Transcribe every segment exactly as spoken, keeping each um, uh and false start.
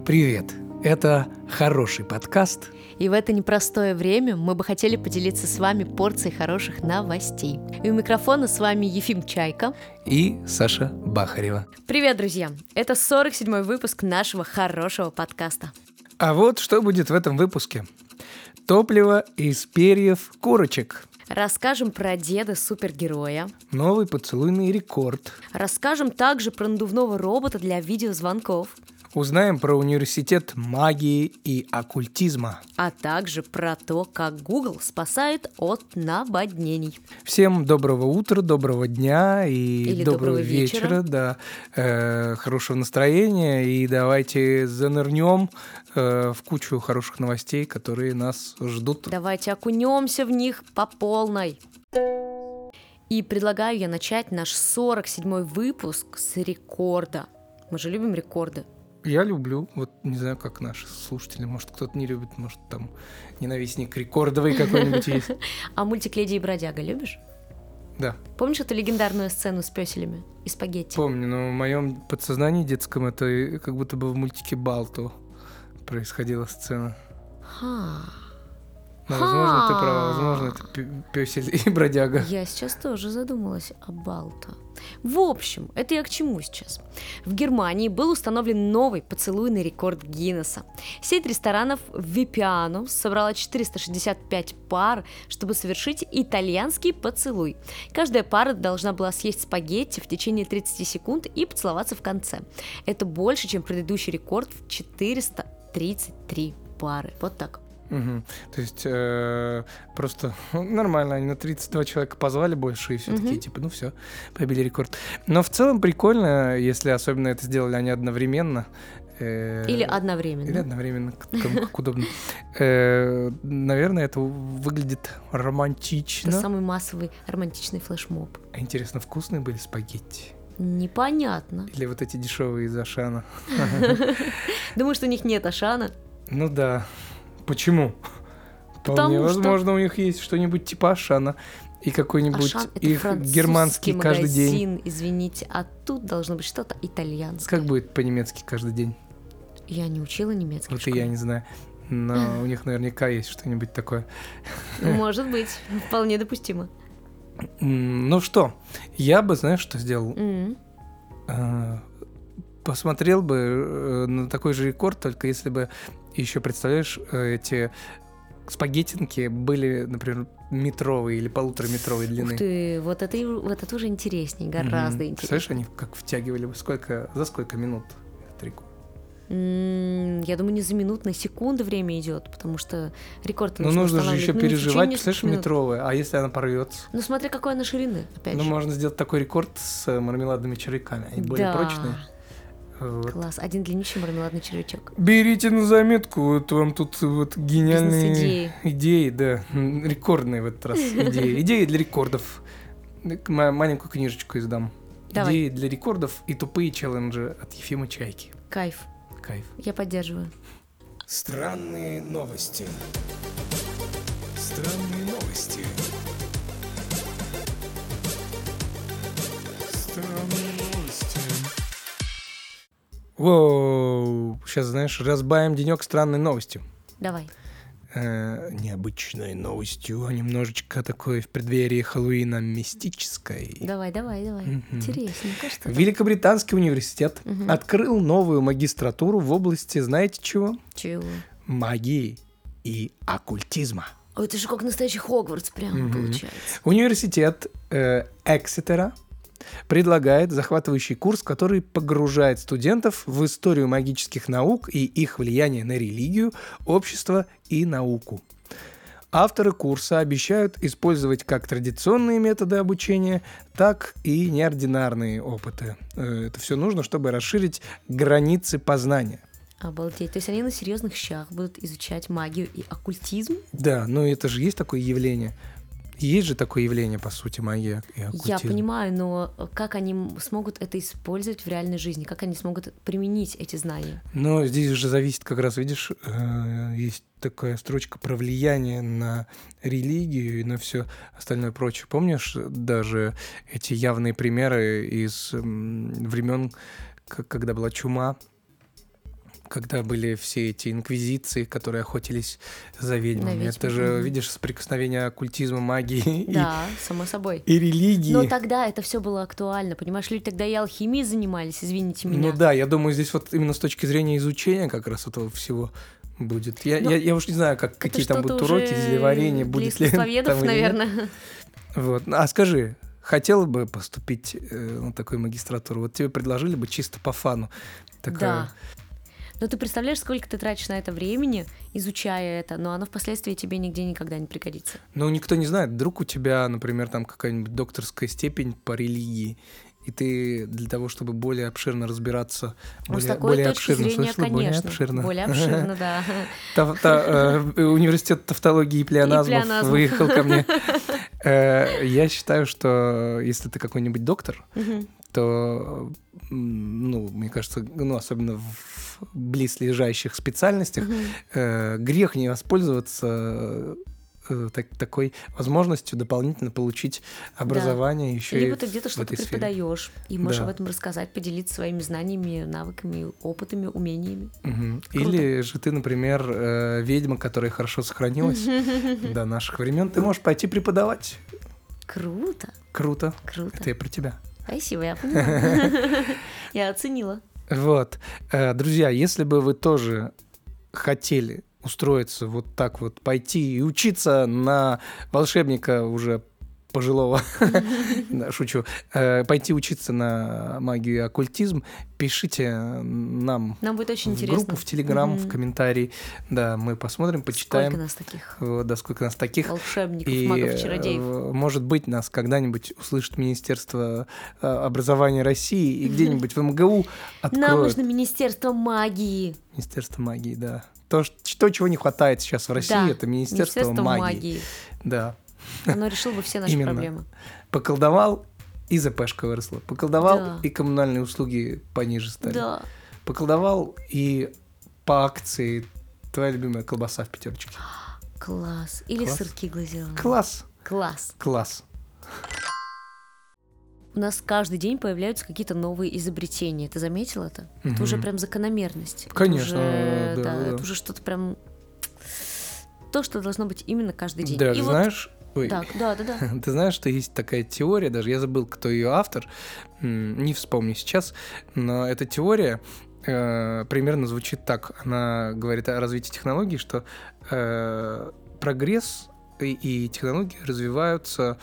Привет! Это хороший подкаст. И в это непростое время мы бы хотели поделиться с вами порцией хороших новостей. И у микрофона с вами Ефим Чайка и Саша Бахарева. Привет, друзья! Это сорок седьмой выпуск нашего хорошего подкаста. А вот что будет в этом выпуске. Топливо из перьев курочек. Расскажем про деда-супергероя. Новый поцелуйный рекорд. Расскажем также про надувного робота для видеозвонков. Узнаем про университет магии и оккультизма. А также про то, как Google спасает от наводнений. Всем доброго утра, доброго дня и Или доброго, доброго вечера. вечера. Да, э, хорошего настроения. И давайте занырнем э, в кучу хороших новостей, которые нас ждут. Давайте окунемся в них по полной. И предлагаю я начать наш сорок седьмой выпуск с рекорда. Мы же любим рекорды. Я люблю, вот не знаю, как наши слушатели, может, кто-то не любит, может, там ненавистник рекордовый какой-нибудь есть. А мультик «Леди и бродяга» любишь? Да, Помнишь эту легендарную сцену с пёселями и спагетти? помню, но в моем подсознании детском это как будто бы в мультике «Балто» происходила сцена. Ха. Но, возможно, ты Ха. права, возможно, это пё- пёсель и бродяга. Я сейчас тоже задумалась о Балто. В общем, это я к чему сейчас? В Германии был установлен новый поцелуйный рекорд Гиннесса. Сеть ресторанов Випиано собрала четыреста шестьдесят пять пар, чтобы совершить итальянский поцелуй. Каждая пара должна была съесть спагетти в течение тридцать секунд и поцеловаться в конце. Это больше, чем предыдущий рекорд в четыреста тридцать три пары. Вот так. Мгм. То есть э, просто нормально, они на тридцать два человека позвали больше, и все Мгм. такие, типа, ну все, побили рекорд. Но в целом прикольно, если особенно это сделали они одновременно. э, Или одновременно. Или одновременно, к- кому как удобно. Э, Наверное, это выглядит Это романтично. самый массовый романтичный флешмоб. А интересно, вкусные были спагетти? Непонятно. Или вот эти дешевые из Ашана? Думаю, что у них нет Ашана. Ну да. Почему? Потому Вполне что- возможно, у них есть что-нибудь типа Ашана и какой-нибудь Ашан — это их французский германский каждый день. магазин, извините, а тут должно быть что-то итальянское. Как будет по-немецки каждый день? Я не учила немецкий. в Вот и школе. я не знаю. Но у них наверняка есть что-нибудь такое. Может быть, вполне допустимо. М, Ну что, я бы, знаешь, что сделал? М. Э, Посмотрел бы э, на такой же рекорд, только если бы еще, представляешь, э, эти спагеттинки были, например, метровые или полутораметровой длины. Ух ты, вот это, и- вот это уже интереснее, гораздо Мгм. Представляешь, интереснее. они как втягивали бы, сколько, за сколько минут этот рекорд? М, Я думаю, не за минут, на секунды время идет, потому что рекорд Ну, нужно же еще переживать, представляешь, представляешь, метровая, а если она порвется? Ну, смотря какой она ширины, опять Ну, же. можно сделать такой рекорд с э, мармеладными червяками, они более Да. прочные. Вот. Класс, один длиннющий мармеладный червячок. Берите на заметку, вот вам тут вот гениальные Бизнес-идеи. идеи, да, м, рекордные в этот раз идеи. Идеи для рекордов. М- Маленькую книжечку издам. Давай. Идеи для рекордов и тупые челленджи от Ефима Чайки. Кайф, Кайф. я поддерживаю. Странные новости. Странные новости. Странные новости. Воу, сейчас, знаешь, разбавим денек странной новостью. Давай. Э, необычной новостью, а немножечко такой в преддверии Хэллоуина мистической. Давай, давай, давай. Мгм. Интересненько, что там? Великобританский университет Мгм. открыл новую магистратуру в области, знаете чего? Чего? Магии и оккультизма. Ой, это же как настоящий Хогвартс прям Мгм. получается. Университет э, Эксетера предлагает захватывающий курс, который погружает студентов в историю магических наук и их влияние на религию, общество и науку. Авторы курса обещают использовать как традиционные методы обучения, так и неординарные опыты. Э, Это все нужно, чтобы расширить границы познания. Обалдеть. То есть они на серьезных щах будут изучать магию и оккультизм? Да, но это же есть такое явление. Есть же такое явление, по сути, магия и оккультизм. Я понимаю, но как они м- смогут это использовать в реальной жизни? Как они смогут применить эти знания? Но здесь же зависит как раз, видишь, э, есть такая строчка про влияние на религию и на все остальное прочее. Помнишь даже эти явные примеры из м, времен, к- когда была чума, когда были все эти инквизиции, которые охотились за ведьмами. ведьм. Это же, Мгм. видишь, соприкосновение оккультизма, магии и- Да, само собой. и, религии. Но тогда это все было актуально, понимаешь, люди тогда и алхимией занимались, извините меня. Ну да, я думаю, здесь вот именно с точки зрения изучения как раз этого всего будет. Я, Но я, я уж не знаю, как, Это какие там что-то будут уроки, уже зельеварения, для будет ли искусствоведов, там или нет. наверное. Вот. А скажи, хотела бы поступить э, на такую магистратуру? Вот тебе предложили бы чисто по фану. Такая... Да. Но ты представляешь, сколько ты тратишь на это времени, изучая это, но оно впоследствии тебе нигде никогда не пригодится. Ну, никто не знает, вдруг у тебя, например, там какая-нибудь докторская степень по религии, и ты для того, чтобы более обширно разбираться, Ну, с более, такой более точки обширно, зрения, слышно, более конечно. обширно. Более обширно, да. Та- та- э, Университет тавтологии и плеоназмов плеоназмов. выехал ко мне. Э, Я считаю, что если ты какой-нибудь доктор, Мгм. то, м, ну, мне кажется, ну, особенно в близлежащих специальностях, Мгм. э, грех не воспользоваться э, так- такой возможностью дополнительно получить образование еще Либо и ты где-то в что-то этой сфере. преподаешь, и можешь Да. об этом рассказать, поделиться своими знаниями, навыками, опытами, умениями. Мгм. Круто. Или же ты, например, э, ведьма, которая хорошо сохранилась до наших времен, ты можешь пойти преподавать. Круто, Круто. круто. Это я про тебя. Спасибо, я поняла. Я оценила. Вот. Э, Друзья, если бы вы тоже хотели устроиться вот так вот, пойти и учиться на волшебника уже пожилого, Да, шучу, Э, пойти учиться на магию и оккультизм, пишите нам Нам будет очень в интересно. группу, в Телеграм, в Мгм. комментарии. Да, мы посмотрим, Сколько почитаем. нас таких Вот, да, сколько нас таких. волшебников, И, магов, чародеев. э, может быть, нас когда-нибудь услышит Министерство э, образования России и где-нибудь в эм гэ у Нам откроют нужно Министерство магии. Министерство магии, да. То, ш- что, чего не хватает сейчас в России, Да, это Министерство, Министерство магии. магии. Да. Оно решило бы все наши Именно. проблемы. Поколдовал, и ЗПшка выросла. Поколдовал, Да. и коммунальные услуги пониже стали. Да. Поколдовал, и по акции твоя любимая колбаса в пятерочке. Класс. Или Класс. сырки глазированные. Класс, Класс. класс. У нас каждый день появляются какие-то новые изобретения. Ты заметил это? Это Мгм. уже прям закономерность. Это Конечно, уже, да, да, да. это уже что-то прям... То, что должно быть именно каждый день. Да, И ты вот- знаешь... Ой. Так, да, да, да. Ты знаешь, что есть такая теория, даже я забыл, кто ее автор, м, не вспомню сейчас, но эта теория э, примерно звучит так. Она говорит о развитии технологий, что э, прогресс и, и технологии развиваются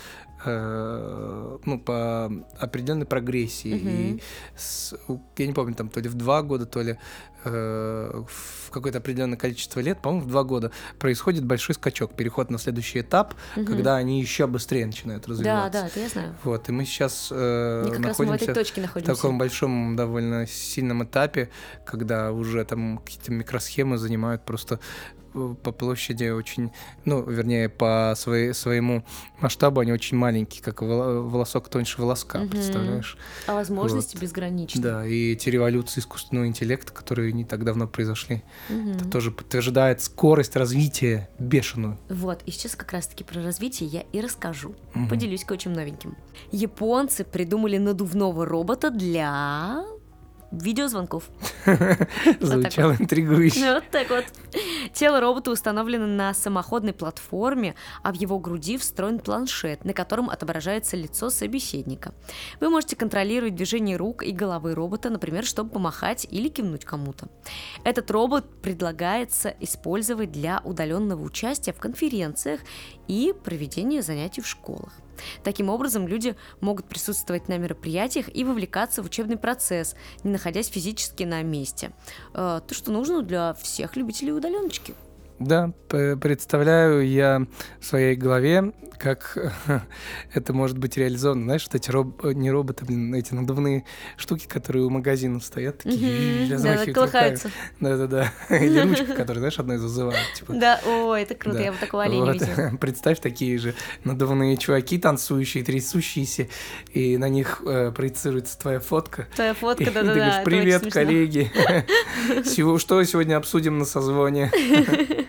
э, ну, по определенной прогрессии. Мгм. И с- у- я не помню, там то ли в два года, то ли э, в какое-то определенное количество лет, по-моему, в два года происходит большой скачок, переход на следующий этап, Мгм. когда они еще быстрее начинают Да, развиваться. да, это я знаю. Вот, и мы сейчас э, И как раз мы в находимся этой точке в находимся. таком большом, довольно сильном этапе, когда уже там какие-то микросхемы занимают просто э, по площади очень, ну, вернее, по своей, своему масштабу они очень маленькие, как воло- волосок тоньше волоска, Мгм. представляешь? А возможности Вот. безграничны. Да, и эти революции искусственного интеллекта, которые не так давно произошли, Мгм. это тоже подтверждает скорость развития бешеную. Вот, и сейчас как раз-таки про развитие я и расскажу. Мгм. Поделюсь кое-чем новеньким. Японцы придумали надувного робота для видеозвонков. Звучало интригующе. Вот так вот. Тело робота установлено на самоходной платформе, а в его груди встроен планшет, на котором отображается лицо собеседника. Вы можете контролировать движение рук и головы робота, например, чтобы помахать или кивнуть кому-то. Этот робот предлагается использовать для удаленного участия в конференциях и проведения занятий в школах. Таким образом, люди могут присутствовать на мероприятиях и вовлекаться в учебный процесс, не находясь физически на месте. Э, То, что нужно для всех любителей удаленочки. Да, п- представляю я в своей голове, как это может быть реализовано. Знаешь, вот эти роб... не роботы, блин, эти надувные штуки, которые у магазинов стоят, такие Мгм. Да, размахивают колыхаются. руками. Да-да-да. Или ручка, которая, знаешь, одной зазывают. Типа. Да, о, это круто, Да. я бы такого оленя Вот. видела. Представь, такие же надувные чуваки, танцующие, трясущиеся, и на них э, проецируется твоя фотка. Твоя И фотка, ты да-да-да. говоришь, это очень привет, смешно». коллеги. Сего- Что сегодня обсудим на созвоне?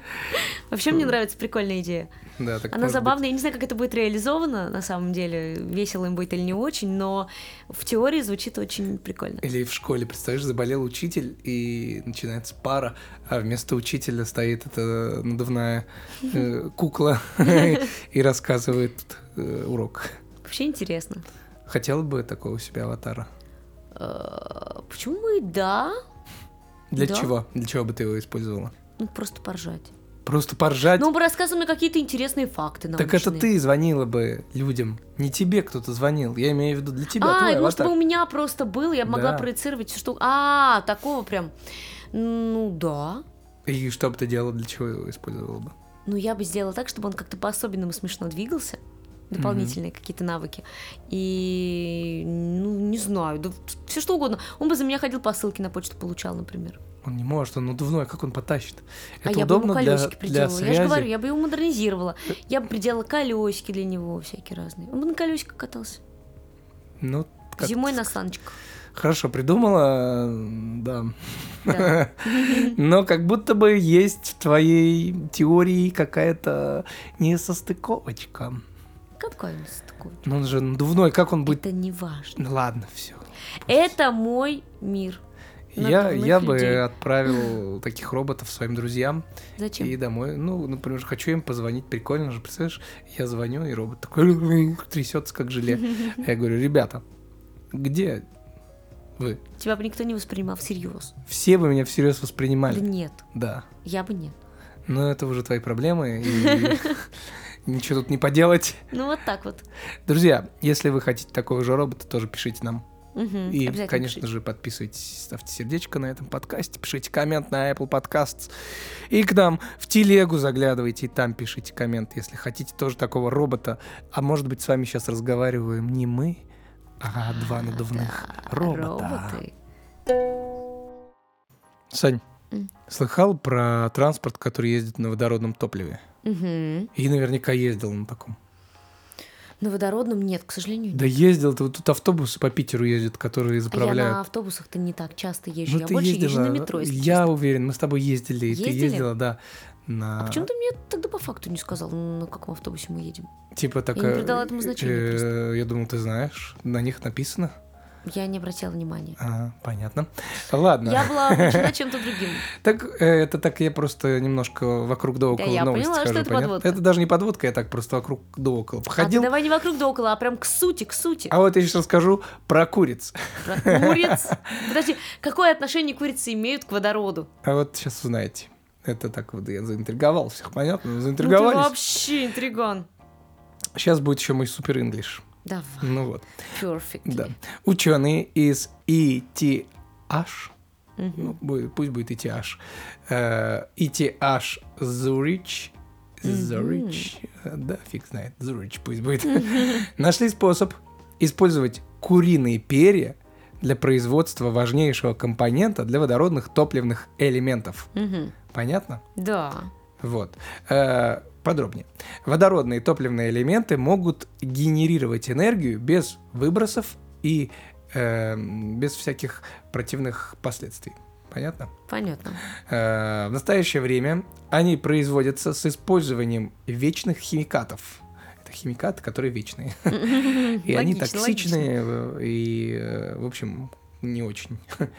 Вообще мне нравится прикольная идея. Да, так Она может забавная, быть. я не знаю, как это будет реализовано, на самом деле, весело им будет или не очень, но в теории звучит очень прикольно. Или в школе, представляешь, заболел учитель, и начинается пара, а вместо учителя стоит эта надувная э, кукла и рассказывает э, урок. Вообще интересно. Хотела бы такого у себя аватара? Э, Почему бы и да? Для Да. чего? Для чего бы ты его использовала? Ну, просто поржать. Просто поржать? Ну, он бы рассказывал мне какие-то интересные факты научные. Так это ты звонила бы людям, не тебе кто-то звонил. Я имею в виду для тебя, А, твой и может аватар. бы у меня просто был, я могла Да. проецировать всё, что... А, такого прям... Ну, да. И что бы ты делала, для чего его использовала бы? Ну, я бы сделала так, чтобы он как-то по-особенному смешно двигался. Дополнительные какие-то навыки. И, ну, не знаю, да все что угодно. Он бы за меня ходил, посылки на почту получал, например. Он не может, он надувной, как он потащит? А Это я бы ему удобно для, колесики для приделала. Я же связи. говорю, я бы его модернизировала. Я бы приделала колесики для него всякие разные. Он бы на колесиках катался. Ну, как- Зимой на саночках. Хорошо придумала, да. Да. Но как будто бы есть в твоей теории какая-то несостыковочка. Какой он такой? Ну, он же надувной, как он будет... Это не важно. Ну ладно, все. Это мой мир. Я, надувных я бы людей. отправил таких роботов своим друзьям Зачем? и домой. Ну, например, хочу им позвонить, прикольно же, представляешь? Я звоню, и робот такой трясется, как желе. Я говорю, ребята, где вы? Тебя бы никто не воспринимал всерьез. Все вы меня всерьез Да воспринимали? нет, Да. я бы нет. Но это уже твои проблемы, и ничего тут не поделать. Ну вот так вот. Друзья, если вы хотите такого же робота, тоже пишите нам. Мгм, И, обязательно конечно пишите. же, подписывайтесь, ставьте сердечко на этом подкасте, пишите коммент на Apple Podcasts. И к нам в телегу заглядывайте, и там пишите коммент, если хотите тоже такого робота. А может быть, с вами сейчас разговариваем не мы, а два надувных Да, робота. роботы. Сань, М. слыхал про транспорт, который ездит на водородном топливе? Мгм. И наверняка ездил на таком. На водородном нет, к сожалению, Да нет. ездил, тут, тут автобусы по Питеру ездят, которые А я заправляют. на автобусах-то не так часто езжу. Ну, я ты больше езжу ездила, на метро, если я честно. уверен, мы с тобой ездили, и ты Ездили? ездила, да, на... А почему ты мне тогда по факту не сказал, на каком автобусе мы едем? Типа не такая... придала этому значения э, просто. Я думал, ты знаешь, на них написано. Я не обратила внимания. А, понятно. Ладно. Я была увлечена чем-то другим. Так, э, это так я просто немножко вокруг да около я новости поняла, скажу, что это понятно? подводка. Это даже не подводка, я так просто вокруг да около А ты походил. давай не вокруг да около, а прям к сути, к сути. А вот я сейчас расскажу про куриц. Про куриц. Подожди, какое отношение курицы имеют к водороду? А вот сейчас узнаете. Это так вот я заинтриговал всех, понятно? Ну ты Заинтриговались. вообще интриган. Сейчас будет еще мой супер инглиш. Давай, Ну вот, perfect. да. Ученые из и ти эйч, Мгм. ну, будет- пусть будет и ти эйч, э, и ти эйч Zurich, Zurich, э, да, фиг знает, Zurich пусть будет, нашли способ использовать куриные перья для производства важнейшего компонента для водородных топливных элементов. Мгм. Понятно? Да. Вот. Э, Подробнее. Водородные топливные элементы могут генерировать энергию без выбросов и э, без всяких противных последствий. Понятно? Понятно. Э, В настоящее время они производятся с использованием вечных химикатов. Это химикаты, которые вечные. И они Логично, токсичные э, и, э, в общем, не очень.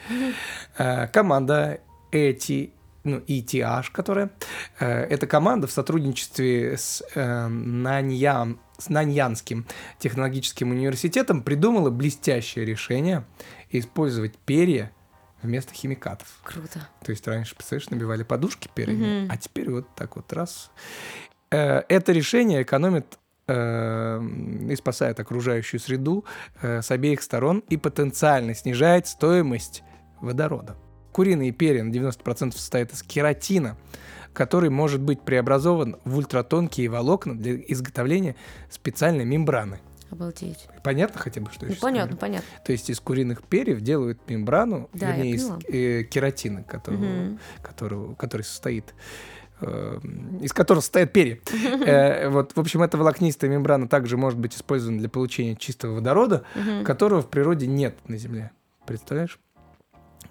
Э, Команда эти ну, и ти эйч, которая, э, эта команда в сотрудничестве с, э, Наньян, с Наньянским технологическим университетом придумала блестящее решение использовать перья вместо химикатов. Круто. То есть раньше, представляешь, набивали подушки перьями, Мгм. а теперь вот так вот раз. Э, это решение экономит э, и спасает окружающую среду э, с обеих сторон и потенциально снижает стоимость водорода. Куриные перья на девяносто процентов состоят из кератина, который может быть преобразован в ультратонкие волокна для изготовления специальной мембраны. Обалдеть. Понятно хотя бы, что я Ну, сейчас понятно, говорю? понятно. То есть из куриных перьев делают мембрану, Да, я вернее, из поняла. э, кератина, которого, Мгм. которого, который состоит, э, из которого состоят перья. Э, Вот, в общем, эта волокнистая мембрана также может быть использована для получения чистого водорода, Мгм. которого в природе нет на Земле. Представляешь?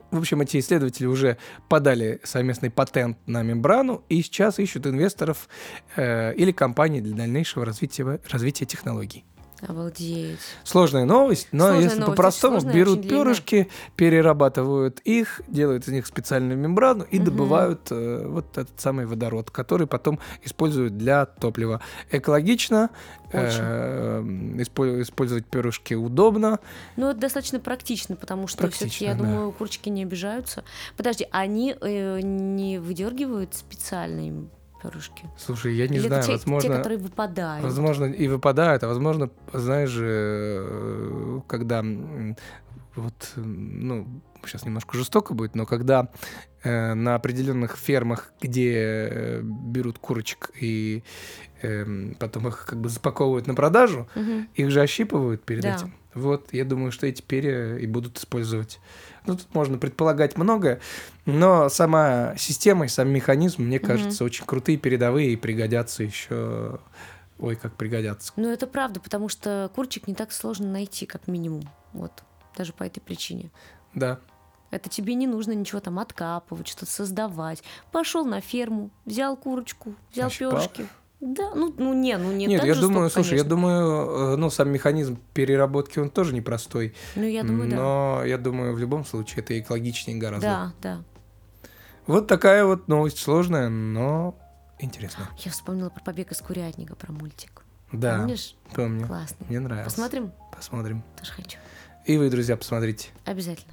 в общем, эти исследователи уже подали совместный патент на мембрану и сейчас ищут инвесторов э, или компаний для дальнейшего развития, развития технологий. Обалдеть. Сложная новость, но Сложная если новость, по-простому, сложная, берут очень длинная. перышки, перерабатывают их, делают из них специальную мембрану и Мгм. добывают э, вот этот самый водород, который потом используют для топлива. Экологично, э, испо- использовать перышки удобно. Ну, это достаточно практично, потому что Практично, все-таки, я да. думаю, курочки не обижаются. Подожди, они э, не выдергивают специальные перышки? Слушай, я не Или знаю, это те, возможно... те, которые выпадают? Возможно, и выпадают, а возможно, знаешь же, э, когда м, вот, м, ну, сейчас немножко жестоко будет, но когда э, на определенных фермах, где э, берут курочек и э, потом их как бы запаковывают на продажу, Мгм. их же ощипывают перед Да. этим. Вот, я думаю, что эти перья и будут использовать. Ну, тут можно предполагать многое, но сама система и сам механизм, мне Мгм. кажется, очень крутые, передовые и пригодятся еще. Ой, как пригодятся. Ну, это правда, потому что курочек не так сложно найти, как минимум. Вот, даже по этой причине. Да. Это тебе не нужно ничего там откапывать, что-то создавать. Пошел на ферму, взял курочку, взял Ощипал. перышки. Да, ну, ну не, ну не Нет, так я жестоко, думаю, слушай, я конечно. думаю, э, ну, сам механизм переработки, он тоже непростой. Ну, я думаю, да. но я думаю, в любом случае это экологичнее гораздо. Да, да. Вот такая вот новость сложная, но интересная. Я вспомнила про «Побег из курятника», про мультик. Да, Помнишь? помню. Классный. Мне нравится. Посмотрим? Посмотрим. Тоже хочу. И вы, друзья, посмотрите. Обязательно.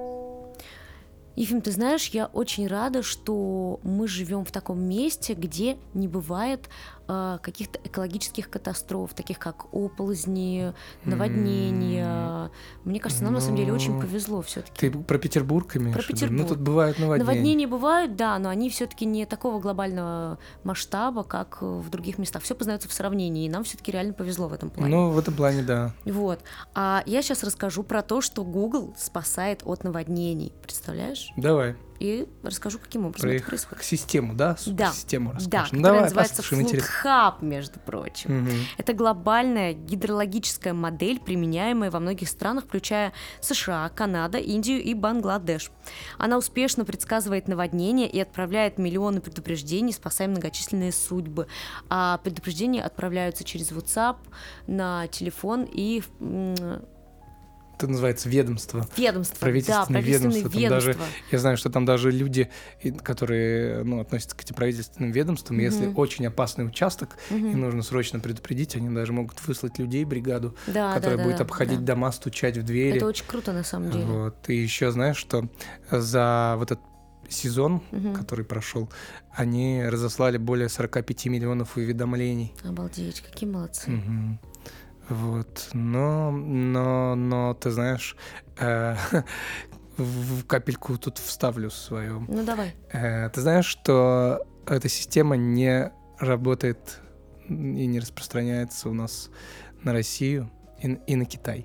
Ефим, ты знаешь, я очень рада, что мы живем в таком месте, где не бывает э, каких-то экологических катастроф, таких как оползни, наводнения. Мне кажется, нам на самом деле очень Ну, повезло все-таки. Ты про Петербург имеешь Про в виду? Петербург. Ну, тут бывают наводнения. Наводнения бывают, да, но они все-таки не такого глобального масштаба, как в других местах. Все познается в сравнении, и нам все-таки реально повезло в этом плане. Ну, в этом плане, да. Вот. А я сейчас расскажу про то, что Google спасает от наводнений. Представляешь? Давай. И расскажу, каким образом Про это их происходит. систему, да? Да, Систему да, расскажешь. Ну, которая давай, называется послушаем, интересно. FloodHub, между прочим. Мгм. Это глобальная гидрологическая модель, применяемая во многих странах, включая США, Канада, Индию и Бангладеш. Она успешно предсказывает наводнения и отправляет миллионы предупреждений, спасая многочисленные судьбы. А предупреждения отправляются через WhatsApp на телефон и м, Это называется ведомство. ведомства. Да, Правительственные правительственные ведомства. Там даже, ведомства. я знаю, что там даже люди, и- которые ну, относятся к этим правительственным ведомствам, Мгм. если очень опасный участок, Мгм. и нужно срочно предупредить, они даже могут выслать людей, бригаду, Да, которая да, да, будет да, обходить да. дома, стучать в двери. Это очень круто на самом деле. Вот. И еще знаешь, что за вот этот сезон, Мгм. который прошел, они разослали более сорок пять миллионов уведомлений. Обалдеть, какие молодцы. Мгм. Вот, но, но, но, ты знаешь, э, в в капельку тут вставлю свою. Ну давай. Э, Ты знаешь, что эта система не работает и не распространяется у нас на Россию и, и на Китай.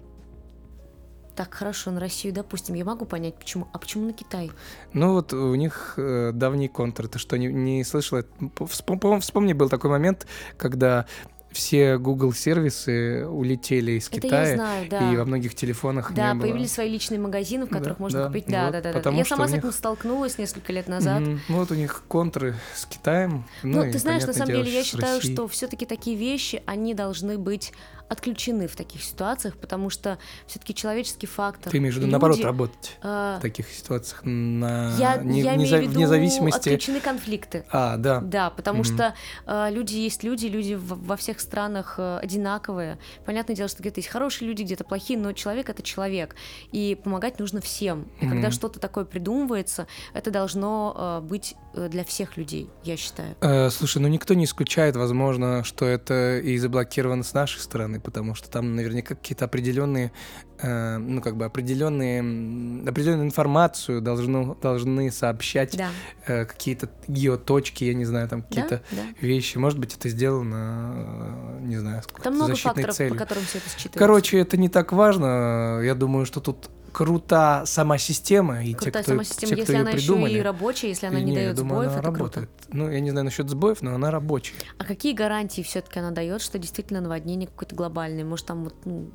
Так, хорошо, на Россию, допустим, я могу понять, почему. А почему на Китай? Ну вот у них э, давний контр. Ты что, не, не слышала? Вспом- по-моему, вспомни, был такой момент, когда все Google сервисы улетели из Это Китая, я знаю, да. и во многих телефонах Да, не было. появились свои личные магазины, в которых Да, можно да, купить. Да, вот, да, да, да. потому Я что сама у с этим них- столкнулась несколько лет назад. Мгм. Ну вот у них контры с Китаем. Ну, и, ты знаешь, на понятное самом дело, деле, я с считаю, Россией. что все-таки такие вещи, они должны быть отключены в таких ситуациях, потому что все-таки человеческий фактор. Ты имеешь в виду, люди, наоборот, работать э, в таких ситуациях на... я, не- я вне- имею в виду, вне зависимости... отключены конфликты. А, да. Да, потому Мгм. что э, люди есть люди, люди в- во всех странах э, одинаковые. Понятное дело, что где-то есть хорошие люди, где-то плохие, но человек — это человек, и помогать нужно всем. И когда Мгм. что-то такое придумывается, это должно э, быть э, для всех людей, я считаю. Э, слушай, ну никто не исключает, возможно, что это и заблокировано с нашей стороны, потому что там наверняка какие-то определенные, э, ну как бы определенные, м, определенную информацию должны, должны сообщать Да, э, какие-то геоточки, я не знаю, там да, какие-то да. вещи. Может быть, это сделано, э, не знаю, с Там какой-то много защитной факторов, целью. по которым все это считывается. Короче, это не так важно. Я думаю, что тут крута сама система, и Крутая те, кто, сама система, те, кто если ее она придумали. еще и рабочая, если она И не, я дает думаю, сбоев, она это работает. круто. Ну, я не знаю насчет сбоев, но она рабочая. А какие гарантии все-таки она дает, что действительно наводнение какое-то глобальное? Может, там вот, ну,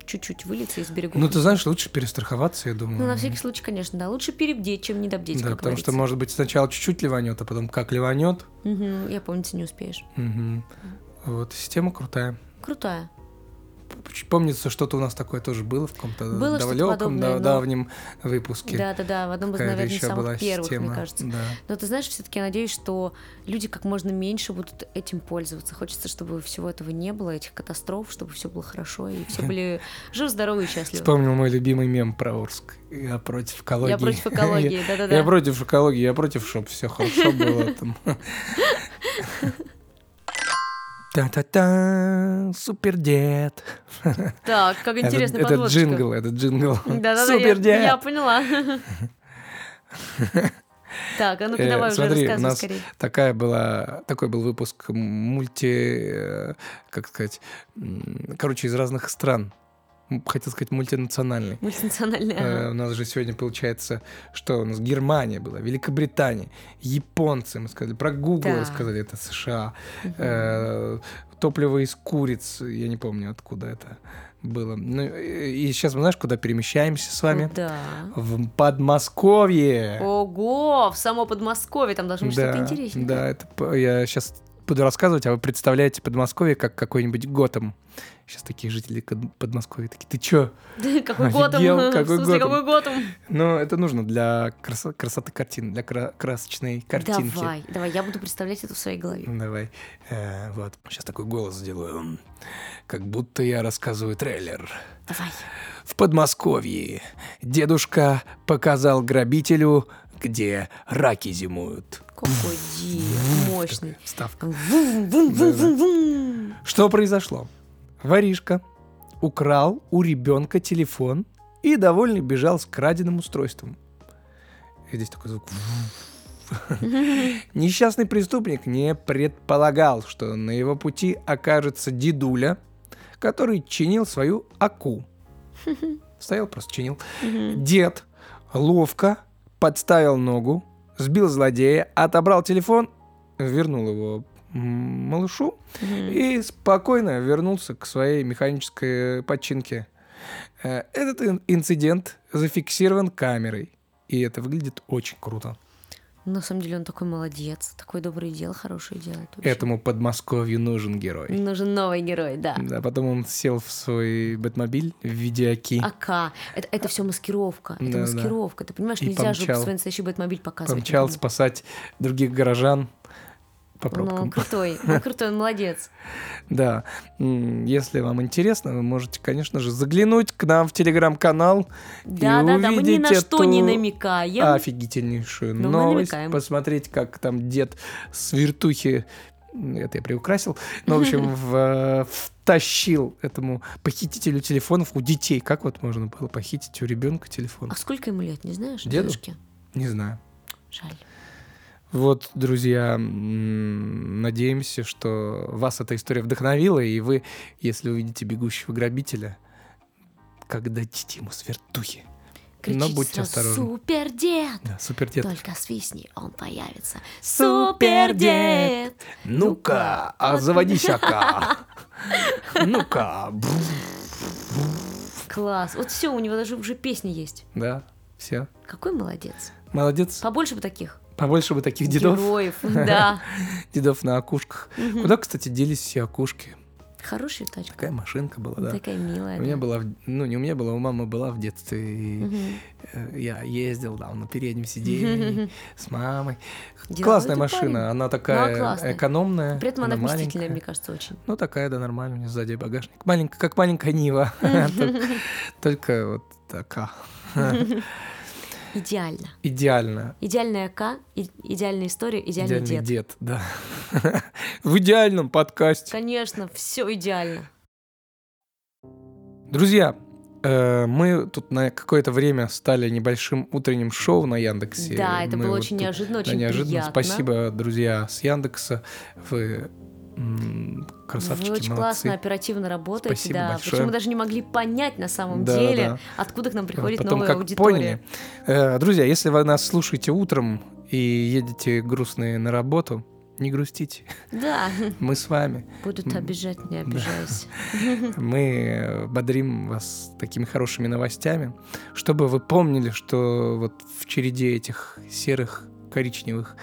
чуть-чуть выльется из берегов. Ну, ты знаешь, лучше перестраховаться, я думаю. Ну, на всякий случай, конечно, да. Лучше перебдеть, чем недобдеть, Да, как потому что, говорится. может быть, сначала чуть-чуть ливанет, а потом как ливанет. Угу, я помнится не успеешь. Угу. Вот, система крутая. Крутая. Помнится, что-то у нас такое тоже было в каком-то Было что-то далеком, подобное, да, но- давнем выпуске. Да-да-да, в одном из, Какая-то наверное, еще самых была первых, система. мне кажется. Да. Но ты знаешь, все-таки я надеюсь, что люди как можно меньше будут этим пользоваться. Хочется, чтобы всего этого не было, этих катастроф, чтобы все было хорошо, и все были живы, здоровы и счастливы. Вспомнил мой любимый мем про Орск. Я против экологии. Я против экологии, Я- да-да-да. Я против экологии, я против, чтобы все хорошо было там. Та-та-та, супер дед. Так, как интересно, Это подводочка. джингл, это джингл. Да-да-да, Супер я, дед. я поняла. Так, а ну-ка Э, давай уже смотри, у рассказывай нас скорее. такая была, такой был выпуск мульти, э, как сказать, м, короче, из разных стран. М, Хотел сказать мультинациональный. Мультинациональная. Э, У нас же сегодня получается, что у нас Германия была, Великобритания, японцы, мы сказали, про Google Да. рассказали, это США, э, топливо из куриц, я не помню, откуда это было. Ну, и и сейчас мы знаешь, куда перемещаемся с вами? Да. В Подмосковье. Ого, в само Подмосковье, там должно быть что-то интереснее. Да, это п- я сейчас буду рассказывать, а вы представляете Подмосковье как какой-нибудь Готэм. Сейчас такие жители Код- Подмосковья такие, ты чё? Какой Офигел, Готэм, в какой смысле, Готэм. какой Готэм? Ну, это нужно для красо- красоты картин, для кра- красочной картинки. Давай, давай, я буду представлять это в своей голове. Ну, Давай. Э, вот, сейчас такой голос сделаю. Как будто я рассказываю трейлер. Давай. В Подмосковье дедушка показал грабителю, где раки зимуют. Какой ди, мощный. Ставка. Вум, вум, вум, вум, вум. Что произошло? Воришка украл у ребенка телефон и довольно бежал с краденым устройством. И здесь такой звук. Несчастный преступник не предполагал, что на его пути окажется дедуля, который чинил свою аку. Стоял, просто чинил. Дед ловко подставил ногу, сбил злодея, отобрал телефон, вернул его м, малышу и спокойно вернулся к своей механической починке. Э, Этот ин- инцидент зафиксирован камерой, и это выглядит очень круто. На самом деле он такой молодец, такое доброе дело, хорошее делает. вообще. Этому Подмосковью нужен герой. Нужен новый герой, да. Да, потом он сел в свой бэтмобиль в виде Аки, АК. Это, это все маскировка. Это Да, да. маскировка. Ты понимаешь, И нельзя же помчал. свой настоящий Бэтмобиль показывать. помчал никому. спасать других горожан по Ну, пробкам. крутой, он крутой, он молодец. Да, М, если вам интересно, вы можете, конечно же, заглянуть к нам в телеграм-канал Да, и да, да, мы ни увидеть на что эту не намекаем. офигительнейшую Но мы новость, намекаем. посмотреть, как там дед с вертухи, м, это я приукрасил, но, в общем, в- втащил этому похитителю телефонов у детей. Как вот можно было похитить у ребенка телефон? А сколько ему лет, не знаешь, Деду? дедушке? Не знаю. Жаль. Вот, друзья, м, надеемся, что вас эта история вдохновила, и вы, если увидите бегущего грабителя, как дадите ему с вертухи. Но Кричите будьте сразу, осторожны. Супер дед! Да, супер дед. Только свистни, он появится. Супер Супер дед! Ну-ка, а заводи щака. Ну-ка. Класс. Вот все, у него даже уже песни есть. Да, все. Какой молодец. Молодец. Побольше бы таких Побольше бы таких дедов. героев. Да. Дедов на окушках. Мгм. Куда, кстати, делись все окушки? Хорошая тачка. Такая машинка была, да. Такая милая. У меня да. была, в- ну не у меня была, у мамы была в детстве. И Мгм. э, я ездил там на переднем сиденье с мамой. Деловой Классная ты машина, парень. она такая классная. экономная. При этом она вместительная, маленькая. мне кажется, очень. Ну такая, да, нормальная, у нее сзади багажник. Маленькая, как маленькая Нива. Только- Только вот такая. Идеально. Идеально. Идеальная К, и- идеальная история, идеальный, Идеальный дед. дед, да. В идеальном подкасте. Конечно, все идеально. Друзья, э, мы тут на какое-то время стали небольшим утренним шоу на Яндексе. Да, это Мы было вот очень тут- неожиданно, да, очень неожиданно. приятно. Спасибо, друзья, с Яндекса. Вы м, красавчики, Вы очень молодцы. классно, оперативно работаете, Спасибо да. большое. Причем мы даже не могли понять на самом Да, деле, да. откуда к нам приходит Потом новая как аудитория. поняли. Э, Друзья, если вы нас слушаете утром и едете грустные на работу, не грустите. Да. Мы с вами. Будут обижать, не обижайся. Мы бодрим вас такими хорошими новостями, чтобы вы помнили, что вот в череде этих серых, коричневых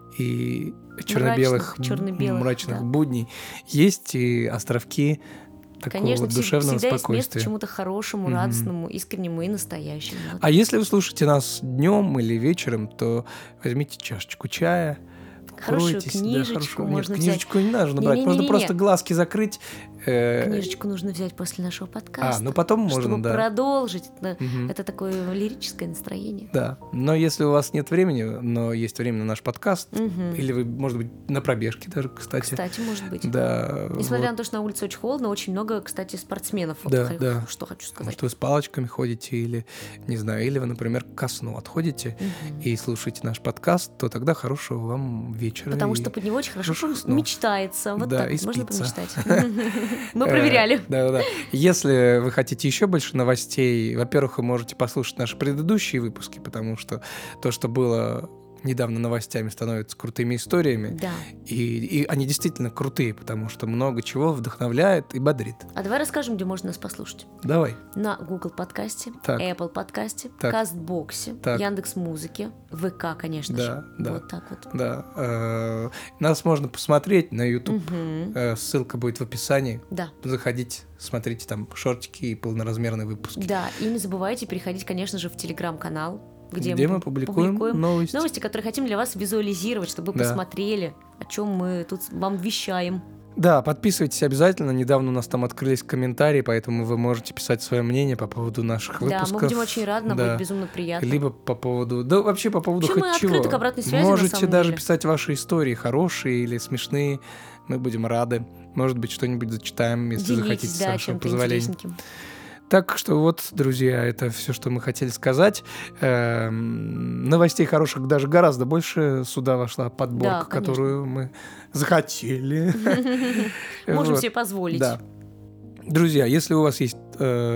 и черно-белых, Мрачных, черно-белых, мрачных да. будней есть и островки такого Конечно, вот всег- душевного всегда есть место спокойствия. чему-то хорошему, Мгм. радостному, искреннему и настоящему. Вот. А если вы слушаете нас днем или вечером, то возьмите чашечку чая, Хорошую укройтесь, да, книжечку хорошую- можно Нет, взять. книжечку не нужно брать, можно Не-не-не-не-не. просто глазки закрыть. э, Книжечку нужно взять после нашего подкаста. А, ну потом чтобы можно, да. продолжить. Это, Мгм. это такое лирическое настроение. Да, но если у вас нет времени, но есть время на наш подкаст, Мгм. или вы, может быть, на пробежке даже, кстати. Кстати, может быть. Да, Несмотря вот. на то, что на улице очень холодно, очень много, кстати, спортсменов. Вот Да, х- да. Что хочу сказать. Может, вы с палочками ходите, или, не знаю, или вы, например, ко сну отходите Мгм. и слушаете наш подкаст, то тогда хорошего вам вечера. Потому и- что под него очень хорошо хороших снов. мечтается. Вот Да, так и вот можно спится. помечтать. Мы Э, проверяли. Да, да. Если вы хотите еще больше новостей, во-первых, вы можете послушать наши предыдущие выпуски, потому что то, что было недавно новостями, становится крутыми историями. Да. И, и они действительно крутые, потому что много чего вдохновляет и бодрит. А давай расскажем, где можно нас послушать. Давай. На Google подкасте, Так. Apple подкасте, Так. Кастбоксе, Так. Яндекс.Музыке, ВК, конечно Да, же. да. Вот так вот. Да. э, Нас можно посмотреть на YouTube. Мгм. Э, Ссылка будет в описании. Да. Заходите, смотрите там шортики и полноразмерные выпуски. Да, и не забывайте переходить, конечно же, в Телеграм-канал, где, Где мы пу- публикуем новости. новости, которые хотим для вас визуализировать, чтобы вы Да. посмотрели, о чем мы тут вам вещаем. Да, подписывайтесь обязательно. Недавно у нас там открылись комментарии, поэтому вы можете писать свое мнение по поводу наших выпусков. Да, мы будем очень рады, нам Да. будет безумно приятно. Либо по поводу... Да вообще по поводу Вообще хоть мы чего. открыты к обратной связи, на Можете самом даже деле. писать ваши истории, хорошие или смешные. Мы будем рады. Может быть, что-нибудь зачитаем, если Делитесь, захотите, с да, вашего чем-то позволения. интересненьким. Так что вот, друзья, это все, что мы хотели сказать. Эм, Новостей хороших даже гораздо больше. Сюда вошла подборка, Да, конечно. которую мы захотели. Можем Вот. себе позволить. Да. Друзья, если у вас есть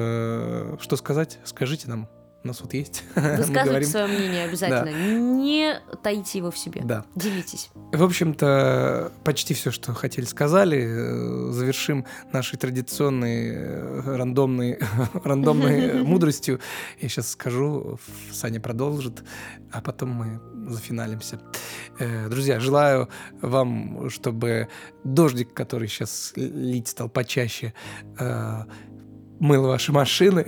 э, что сказать, скажите нам. У нас вот есть. Мы Высказывайте говорим. свое мнение обязательно. Не тайите его в себе. Да. Делитесь. В общем-то, почти все, что хотели, сказали. Э, Завершим нашей традиционной э, рандомной, рандомной мудростью. Я сейчас скажу, Саня продолжит, а потом мы зафиналимся. Э, Друзья, желаю вам, чтобы дождик, который сейчас лить стал почаще, э, мыл ваши машины.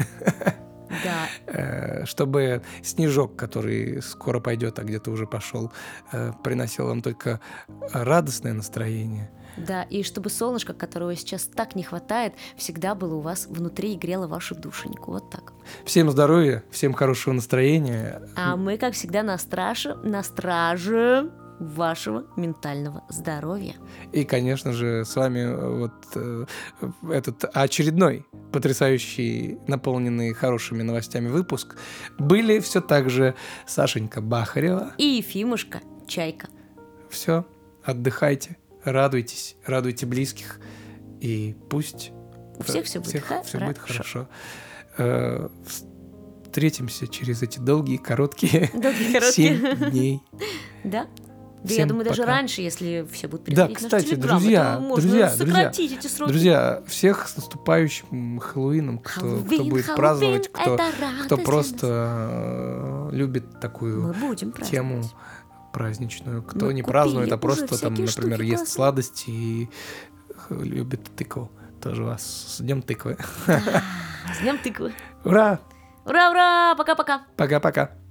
Да. Э, чтобы снежок, который скоро пойдет, а где-то уже пошел, э, приносил вам только радостное настроение. Да, и чтобы солнышко, которого сейчас так не хватает, всегда было у вас внутри и грело вашу душеньку. Вот так. Всем здоровья, всем хорошего настроения. А мы, как всегда, на страже, на страже вашего ментального здоровья. И, конечно же, с вами э, вот э, этот очередной потрясающий, наполненный хорошими новостями выпуск были все так же Сашенька Бахарева. И Ефимушка Чайка. Все, отдыхайте, радуйтесь, радуйте близких, и пусть У всех все будет всё будет хорошо. хорошо. Э, Встретимся через эти долгие, короткие Долгие, короткие. семь дней. Да? Да, я Всем думаю, даже пока. раньше, если все будут Да, приходить в наш кстати, Телеграм, друзья, это можно друзья, друзья, сократить эти сроки. Друзья, всех с наступающим Хэллоуином, кто, кто Хэллоуин, будет Хэллоуин, праздновать, кто, это кто радость для просто э, любит такую Мы будем тему праздновать. праздничную, кто Мы не купили празднует, а уже просто там, всякие например, штуки ест классные. сладости и х- любит тыкву. Тоже вас с Днем тыквы. С днем тыквы. Ура! Ура, ура! Пока-пока! Пока-пока.